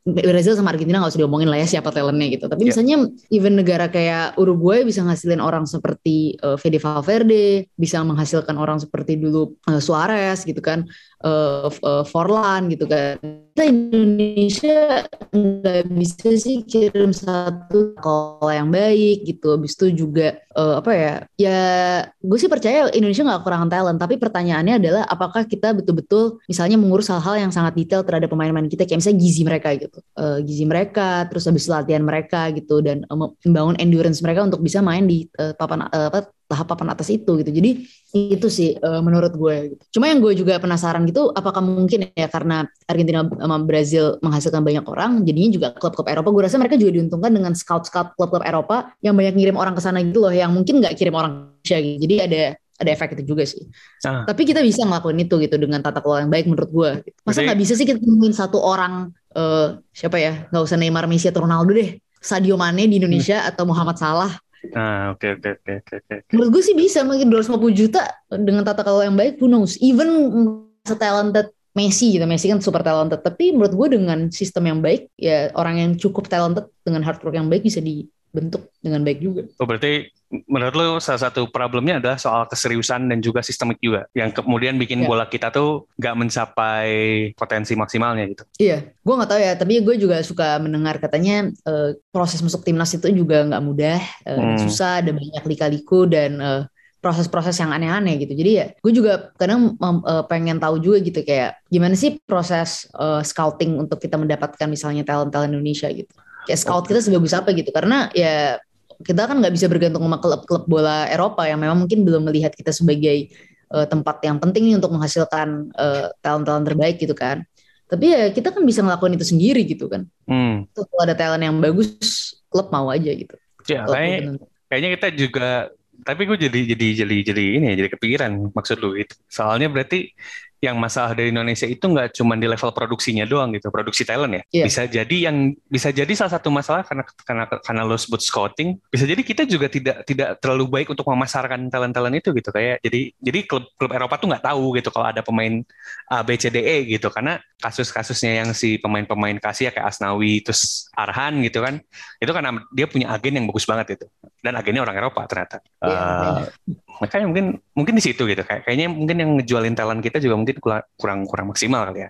S3: Brazil sama Argentina nggak usah diomongin lah ya siapa talentnya gitu. Tapi yeah. misalnya even negara kayak Uruguay bisa ngasilin orang seperti uh, Fede Valverde, bisa menghasilkan orang seperti dulu uh, Suarez gitu kan, uh, uh, Forlan gitu kan. Kita Indonesia nggak bisa sih kirim satu call yang baik gitu. Habis itu juga uh, apa ya? Ya gue sih percaya Indonesia nggak kekurangan talent. Tapi pertanyaannya adalah apakah kita betul-betul misalnya mengurus hal-hal yang sangat detail terhadap pemain-pemain kita, kayak misalnya gizi mereka gitu, uh, gizi mereka, terus habis latihan mereka gitu, dan uh, membangun endurance mereka untuk bisa main di uh, papan uh, apa tahap papan atas itu gitu. Jadi itu sih uh, menurut gue gitu. Cuma yang gue juga penasaran gitu, apakah mungkin ya karena Argentina sama Brazil menghasilkan banyak orang, jadinya juga klub-klub Eropa, gue rasa mereka juga diuntungkan dengan scout-scout klub-klub Eropa yang banyak ngirim orang ke sana gitu loh, yang mungkin nggak kirim orang Indonesia gitu. Jadi ada ada efek itu juga sih. Ah. Tapi kita bisa ngelakuin itu gitu dengan tata kelola yang baik menurut gue. Masa nggak bisa sih kita nemuin satu orang uh, siapa ya? Nggak usah Neymar, Messi atau Ronaldo deh. Sadio Mane di Indonesia hmm. atau Muhammad Salah.
S2: Ah, oke oke oke oke.
S3: Menurut gue sih bisa, mungkin dua ratus lima puluh juta dengan tata kelola yang baik, who knows. Even se-talented Messi gitu, Messi kan super talented. Tapi menurut gue dengan sistem yang baik, ya orang yang cukup talented dengan hard work yang baik bisa dibentuk dengan baik juga.
S2: Oh, berarti menurut lo salah satu problemnya adalah soal keseriusan dan juga sistemik juga, yang kemudian bikin ya. bola kita tuh nggak mencapai potensi maksimalnya gitu.
S3: Iya, gue nggak tahu ya, tapi gue juga suka mendengar katanya uh, proses masuk timnas itu juga nggak mudah, uh, hmm. susah, ada banyak lika-liku dan uh, proses-proses yang aneh-aneh gitu. Jadi ya gue juga kadang uh, pengen tahu juga gitu, kayak gimana sih proses uh, scouting untuk kita mendapatkan misalnya talent-talent Indonesia gitu. Kayak scout kita sebagus apa gitu, karena ya kita kan nggak bisa bergantung sama klub-klub bola Eropa yang memang mungkin belum melihat kita sebagai uh, tempat yang penting nih untuk menghasilkan uh, talent-talent terbaik gitu kan. Tapi ya kita kan bisa ngelakuin itu sendiri gitu kan. Hmm. Tuh, kalau ada talent yang bagus, klub mau aja gitu.
S2: Ya, kayak, kayaknya kita juga. Tapi gue jadi jadi jadi jadi ini ya, jadi kepikiran maksud lu itu. Soalnya berarti yang masalah dari Indonesia itu nggak cuma di level produksinya doang gitu, produksi talent ya. Yeah. Bisa jadi yang bisa jadi salah satu masalah karena karena karena lo sebut scouting, bisa jadi kita juga tidak tidak terlalu baik untuk memasarkan talent-talent itu gitu, kayak jadi jadi klub klub Eropa tuh nggak tahu gitu kalau ada pemain A B C D E gitu, karena kasus-kasusnya yang si pemain-pemain kasih ya kayak Asnawi terus Arhan gitu kan, itu karena dia punya agen yang bagus banget gitu, dan agennya orang Eropa ternyata. Yeah, uh, makanya mungkin mungkin di situ gitu, kayak kayaknya mungkin yang ngejualin talent kita juga mungkin kurang kurang maksimal kali ya.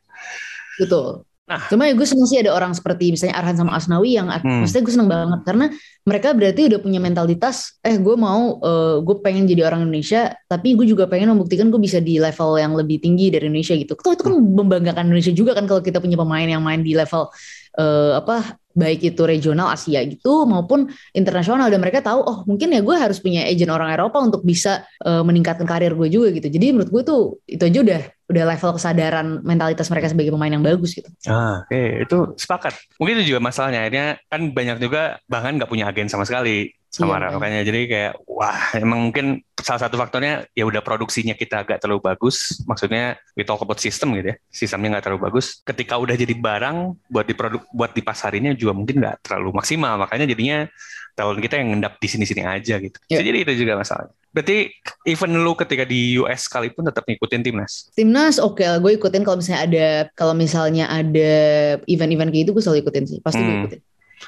S3: Betul. Nah, cuma ya gue seneng sih ada orang seperti misalnya Arhan sama Asnawi yang hmm. maksudnya gue seneng banget karena mereka berarti udah punya mentalitas, eh gue mau uh, gue pengen jadi orang Indonesia, tapi gue juga pengen membuktikan gue bisa di level yang lebih tinggi dari Indonesia gitu. Itu kan membanggakan Indonesia juga kan kalau kita punya pemain yang main di level uh, apa baik itu regional Asia gitu maupun internasional, dan mereka tahu oh mungkin ya gue harus punya agent orang Eropa untuk bisa uh, meningkatkan karir gue juga gitu. Jadi menurut gue tuh itu aja udah udah level kesadaran mentalitas mereka sebagai pemain yang bagus gitu.
S2: Ah, oke, okay. Itu sepakat. Mungkin itu juga masalahnya, akhirnya kan banyak juga bahkan nggak punya agen sama sekali sama iya, makanya jadi kayak wah emang mungkin salah satu faktornya ya udah produksinya kita agak terlalu bagus, maksudnya we talk about system gitu ya, sistemnya nggak terlalu bagus, ketika udah jadi barang buat diproduk buat dipasarinnya juga mungkin nggak terlalu maksimal, makanya jadinya talent kita yang ngendap di sini-sini aja gitu. Yeah. Jadi itu juga masalahnya. Berarti even lu ketika di U S sekalipun tetap ngikutin timnas?
S3: Timnas oke okay lah, gue ikutin kalau misalnya ada kalau misalnya ada event-event kayak gitu gue selalu ikutin sih, pasti hmm. gue ikutin.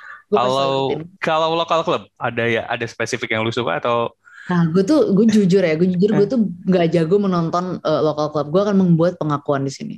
S2: Kalau kalau lokal klub ada ya ada spesifik yang lu suka atau?
S3: Nah gue tuh gue jujur ya gue jujur gue tuh nggak jago menonton uh, lokal klub. Gue akan membuat pengakuan di sini.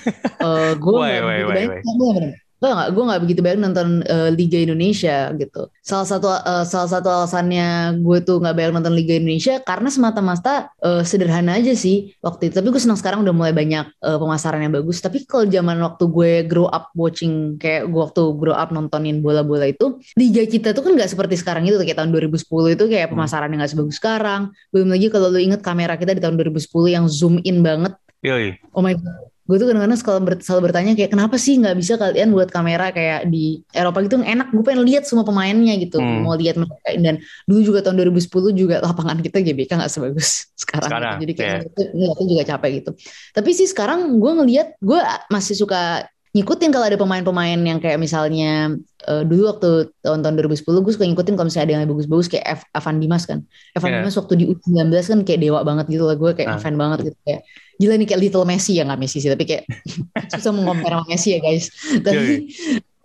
S3: uh, gue nggak begitu banyak gue nggak gue nggak begitu banyak nonton uh, Liga Indonesia gitu. Salah satu uh, salah satu alasannya gue tuh nggak banyak nonton Liga Indonesia karena semata-mata uh, sederhana aja sih waktu itu. Tapi gue senang sekarang udah mulai banyak uh, pemasaran yang bagus. Tapi kalau zaman waktu gue grow up watching, kayak gue waktu grow up nontonin bola-bola itu, Liga kita tuh kan nggak seperti sekarang itu. Kayak tahun dua ribu sepuluh itu kayak pemasaran yang nggak sebagus sekarang. Belum lagi kalau lu inget kamera kita di tahun dua ribu sepuluh yang zoom in banget.
S2: Yoi.
S3: Oh my god. Gue tuh kadang-kadang selalu, ber, selalu bertanya kayak kenapa sih nggak bisa kalian buat kamera kayak di Eropa gitu yang enak, gue pengen lihat semua pemainnya gitu, hmm. mau lihat mereka. Dan dulu juga tahun dua ribu sepuluh juga lapangan kita G B K nggak sebagus sekarang, sekarang gitu. Jadi kayak yeah. ngeliatnya juga capek gitu. Tapi sih sekarang gue ngelihat, gue masih suka ngikutin kalau ada pemain-pemain yang kayak misalnya uh, dulu waktu tahun-tahun dua ribu sepuluh gue suka ngikutin kalau misalnya ada yang bagus-bagus kayak F- Evan Dimas kan. Evan yeah. Dimas waktu di U sembilan belas kan kayak dewa banget gitu lah, gue kayak uh. fan banget gitu, kayak gila nih kayak little Messi ya, nggak Messi sih tapi kayak susah mengompar sama Messi ya guys. Tapi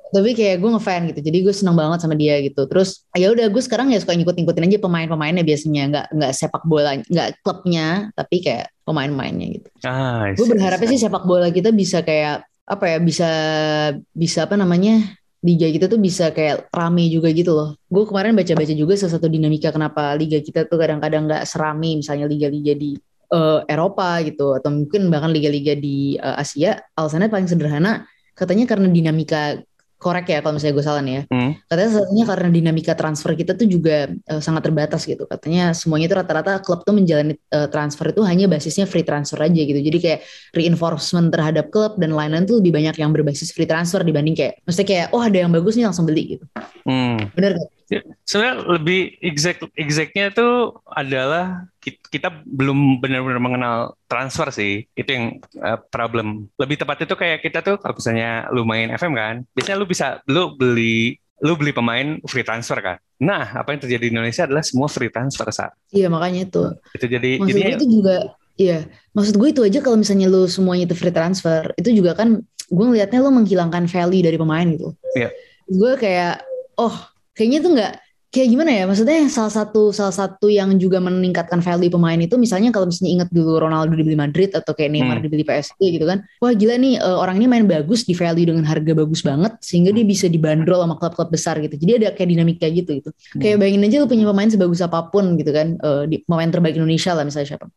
S3: Tapi kayak gue ngefan gitu, jadi gue seneng banget sama dia gitu. Terus ya udah gue sekarang ya suka ngikut-ngikutin aja pemain-pemainnya biasanya, nggak nggak sepak bola, nggak klubnya, tapi kayak pemain-pemainnya gitu.
S2: Ah,
S3: Gue berharapnya sih sepak bola kita bisa kayak apa ya, bisa bisa apa namanya, liga kita tuh bisa kayak rame juga gitu loh. Gue kemarin baca-baca juga salah satu dinamika kenapa liga kita tuh kadang-kadang nggak serame misalnya liga-liga di uh, Eropa gitu, atau mungkin bahkan liga-liga di uh, Asia. Alasannya paling sederhana, katanya karena dinamika, korek ya kalau misalnya gue salah nih ya. Hmm. Katanya satunya karena dinamika transfer kita tuh juga uh, sangat terbatas gitu. Katanya semuanya itu rata-rata klub tuh menjalani uh, transfer itu hanya basisnya free transfer aja gitu. Jadi kayak reinforcement terhadap klub dan lain-lain tuh lebih banyak yang berbasis free transfer dibanding kayak, maksudnya kayak oh ada yang bagus nih langsung beli gitu. Hmm. Bener gak?
S2: Ya, sebenarnya lebih exact exactnya itu adalah kita, kita belum benar-benar mengenal transfer sih, itu yang uh, problem. Lebih tepat itu kayak kita tuh kalau misalnya lu main F M kan, biasanya lu bisa lu beli lu beli pemain free transfer kan. Nah, apa yang terjadi di Indonesia adalah semua free transfer saat.
S3: Iya makanya itu.
S2: Itu jadi
S3: maksud
S2: jadinya,
S3: gue itu juga, iya maksud gue itu aja kalau misalnya lu semuanya itu free transfer, itu juga kan gue ngelihatnya lu menghilangkan value dari pemain gitu. Iya. Gue kayak oh kayaknya tuh nggak, kayak gimana ya, maksudnya salah satu salah satu yang juga meningkatkan value pemain itu misalnya kalau misalnya ingat dulu Ronaldo dibeli Madrid atau kayak Neymar hmm. dibeli P S G gitu kan, wah gila nih uh, orang ini main bagus, di value dengan harga bagus banget sehingga dia bisa dibanderol sama klub-klub besar gitu. Jadi ada kayak dinamika gitu gitu. Hmm. Kayak bayangin aja lu punya pemain sebagus apapun gitu kan, uh, di, pemain terbaik Indonesia lah misalnya siapa?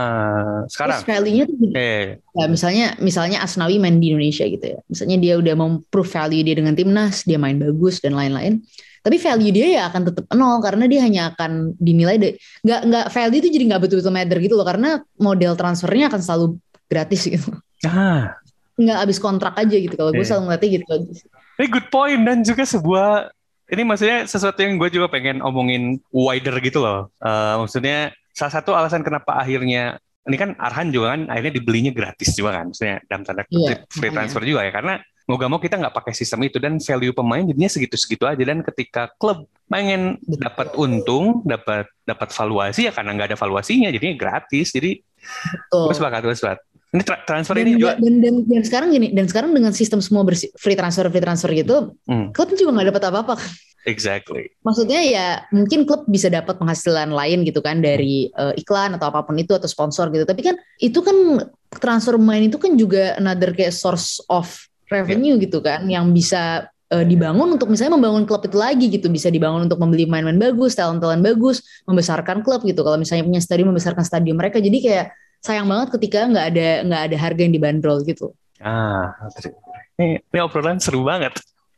S2: Uh, sekarang.
S3: Terus value-nya tuh eh. ya, misalnya misalnya Asnawi main di Indonesia gitu ya. Misalnya dia udah memprove value dia dengan timnas, dia main bagus dan lain-lain. Tapi value dia ya akan tetap nol karena dia hanya akan dinilai deh, nggak nggak value itu jadi nggak betul-betul matter gitu loh, karena model transfernya akan selalu gratis gitu. Ah. Nggak habis kontrak aja gitu kalau yeah. gue selalu ngeliatnya gitu aja.
S2: Ini good point, dan juga sebuah ini maksudnya sesuatu yang gue juga pengen omongin wider gitu loh. Uh, maksudnya salah satu alasan kenapa akhirnya ini kan Arhan juga kan akhirnya dibelinya gratis juga kan, maksudnya dalam tanda kutip yeah, free transfer juga ya, karena mau gak mau kita nggak pakai sistem itu dan value pemain jadinya segitu-segitu aja. Dan ketika klub pengen dapat untung, dapat dapat valuasi ya karena nggak ada valuasinya jadinya gratis. Jadi gue sepakat, gue sepakat. Ini tra- transfer
S3: dan,
S2: ini juga
S3: dan, dan, dan sekarang gini, dan sekarang dengan sistem semua bersih, free transfer free transfer gitu, hmm. klub juga nggak dapat apa-apa.
S2: Exactly.
S3: Maksudnya ya mungkin klub bisa dapat penghasilan lain gitu kan dari uh, iklan atau apapun itu atau sponsor gitu. Tapi kan itu kan transfer pemain itu kan juga another kayak source of revenue yeah. gitu kan, yang bisa uh, dibangun untuk misalnya membangun klub itu lagi gitu, bisa dibangun untuk membeli main-main bagus, talent-talent bagus, membesarkan klub gitu. Kalau misalnya punya stadion, membesarkan stadion mereka. Jadi kayak sayang banget ketika nggak ada nggak ada harga yang dibanderol gitu.
S2: Ah, ini, ini obrolan seru banget.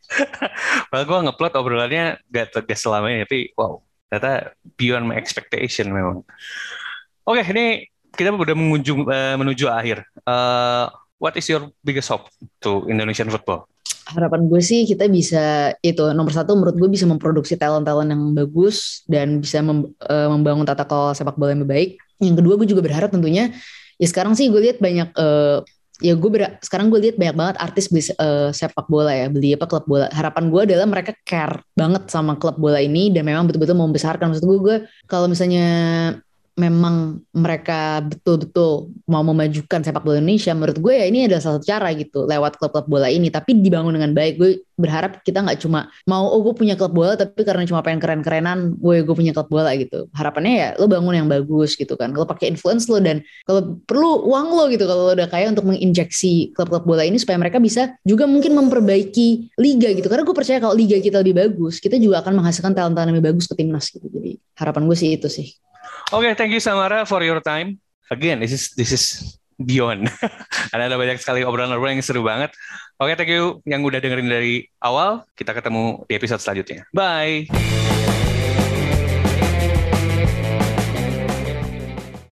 S2: Padahal gue ngeplot obrolannya gak tegas selama ini, tapi wow, ternyata beyond my expectation memang. Oke, ini kita udah mengunjung, uh, menuju akhir. Uh, What is your biggest hope to Indonesian football?
S3: Harapan gue sih kita bisa itu, nomor satu menurut gue bisa memproduksi talent-talent yang bagus dan bisa mem, uh, membangun tata kelola sepak bola yang lebih baik. Yang kedua gue juga berharap tentunya ya sekarang sih gue lihat banyak uh, ya gue ber, sekarang gue lihat banyak banget artis beli uh, sepak bola ya, beli apa klub bola. Harapan gue adalah mereka care banget sama klub bola ini dan memang betul-betul mau membesarkan. Maksud gue, gue kalau misalnya memang mereka betul-betul mau memajukan sepak bola Indonesia, menurut gue ya ini adalah salah satu cara gitu lewat klub-klub bola ini, tapi dibangun dengan baik. Gue berharap kita nggak cuma mau oh gue punya klub bola tapi karena cuma pengen keren-kerenan gue gue punya klub bola gitu. Harapannya ya lo bangun yang bagus gitu kan, lo pakai influence lo dan kalau perlu uang lo gitu kalau lo udah kaya untuk menginjeksi klub-klub bola ini supaya mereka bisa juga mungkin memperbaiki liga gitu, karena gue percaya kalau liga kita lebih bagus kita juga akan menghasilkan talent-talent yang lebih bagus ke timnas gitu. Jadi harapan gue sih itu sih.
S2: Oke, okay, thank you Samara for your time. Again, this is this is beyond. Karena ada banyak sekali obrolan-obrolan yang seru banget. Oke, okay, thank you yang udah dengerin dari awal. Kita ketemu di episode selanjutnya. Bye.